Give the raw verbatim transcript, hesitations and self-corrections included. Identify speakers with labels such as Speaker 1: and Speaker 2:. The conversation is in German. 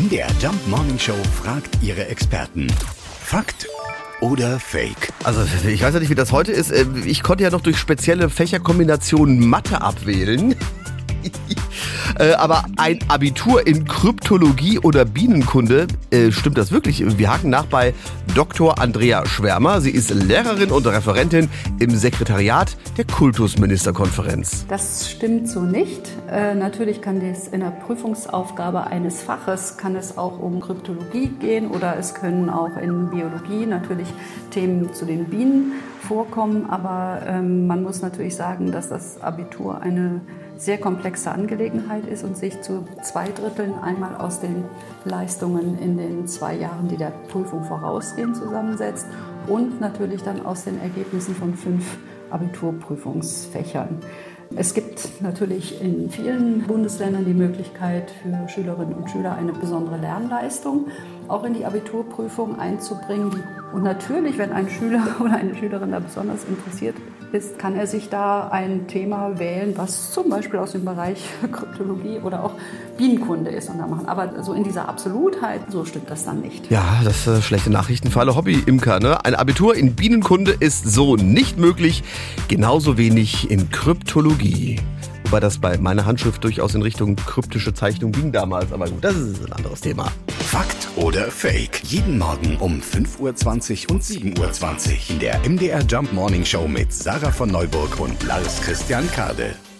Speaker 1: M D R Jump Morning Show fragt ihre Experten. Fakt oder Fake?
Speaker 2: Also ich weiß ja nicht, wie das heute ist. Ich konnte ja noch durch spezielle Fächerkombinationen Mathe abwählen. Aber ein Abitur in Kryptologie oder Bienenkunde, äh, stimmt das wirklich? Wir haken nach bei Doktor Andrea Schwärmer. Sie ist Lehrerin und Referentin im Sekretariat der Kultusministerkonferenz.
Speaker 3: Das stimmt so nicht. Äh, natürlich kann das in der Prüfungsaufgabe eines Faches kann es auch um Kryptologie gehen oder es können auch in Biologie natürlich Themen zu den Bienen vorkommen. Aber ähm, man muss natürlich sagen, dass das Abitur eine sehr komplexe Angelegenheit ist und sich zu zwei Dritteln einmal aus den Leistungen in den zwei Jahren, die der Prüfung vorausgehen, zusammensetzt und natürlich dann aus den Ergebnissen von fünf Abiturprüfungsfächern. Es gibt natürlich in vielen Bundesländern die Möglichkeit für Schülerinnen und Schüler eine besondere Lernleistung auch in die Abiturprüfung einzubringen. Und natürlich, wenn ein Schüler oder eine Schülerin da besonders interessiert ist, kann er sich da ein Thema wählen, was zum Beispiel aus dem Bereich Kryptologie oder auch Bienenkunde ist und da machen. Aber so in dieser Absolutheit, so stimmt das dann nicht.
Speaker 2: Ja, das sind schlechte Nachrichten für alle Hobby-Imker, ne? Ein Abitur in Bienenkunde ist so nicht möglich, genauso wenig in Kryptologie. Wobei das bei meiner Handschrift durchaus in Richtung kryptische Zeichnung ging damals. Aber gut, das ist ein anderes Thema.
Speaker 1: Fakt oder Fake? Jeden Morgen um fünf Uhr zwanzig und sieben Uhr zwanzig in der M D R Jump Morning Show mit Sarah von Neuburg und Lars Christian Kade.